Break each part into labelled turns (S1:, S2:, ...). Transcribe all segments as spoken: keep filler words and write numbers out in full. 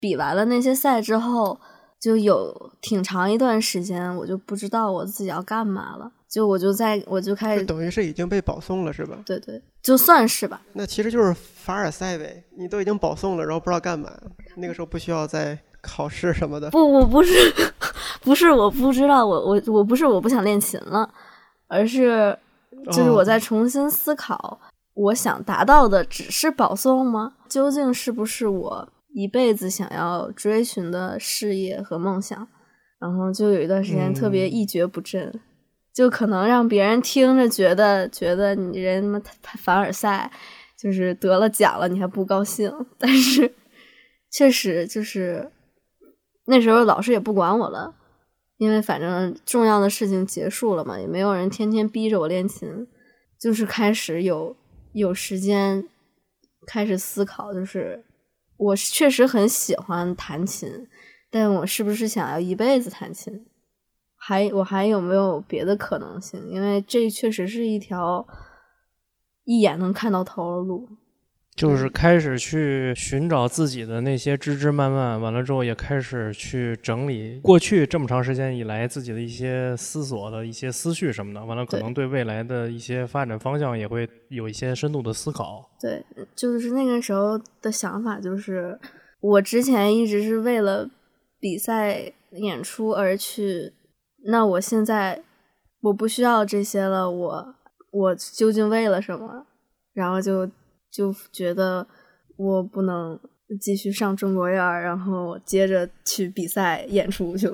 S1: 比完了那些赛之后，就有挺长一段时间我就不知道我自己要干嘛了，就我就在我就开始
S2: 等于是已经被保送了是吧？
S1: 对对，就算是吧。
S2: 那其实就是凡尔赛呗，你都已经保送了，然后不知道干嘛，那个时候不需要再考试什么的。
S1: 不，我不是不是我不知道，我我我不是我不想练琴了，而是就是我在重新思考、哦、我想达到的只是保送吗？究竟是不是我一辈子想要追寻的事业和梦想？然后就有一段时间特别一蹶不振、嗯、就可能让别人听着觉得觉得你人什么凡尔赛，就是得了奖了你还不高兴，但是确实就是那时候老师也不管我了，因为反正重要的事情结束了嘛，也没有人天天逼着我练琴，就是开始有有时间开始思考，就是我确实很喜欢弹琴，但我是不是想要一辈子弹琴，还我还有没有别的可能性，因为这确实是一条一眼能看到头的路。
S3: 就是开始去寻找自己的那些枝枝蔓蔓，完了之后也开始去整理过去这么长时间以来自己的一些思索的一些思绪什么的，完了可能对未来的一些发展方向也会有一些深度的思考。
S1: 对，就是那个时候的想法就是我之前一直是为了比赛演出而去，那我现在我不需要这些了，我我究竟为了什么？然后就就觉得我不能继续上中国院，然后接着去比赛演出去了。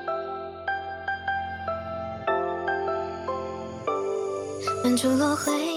S4: 满处落灰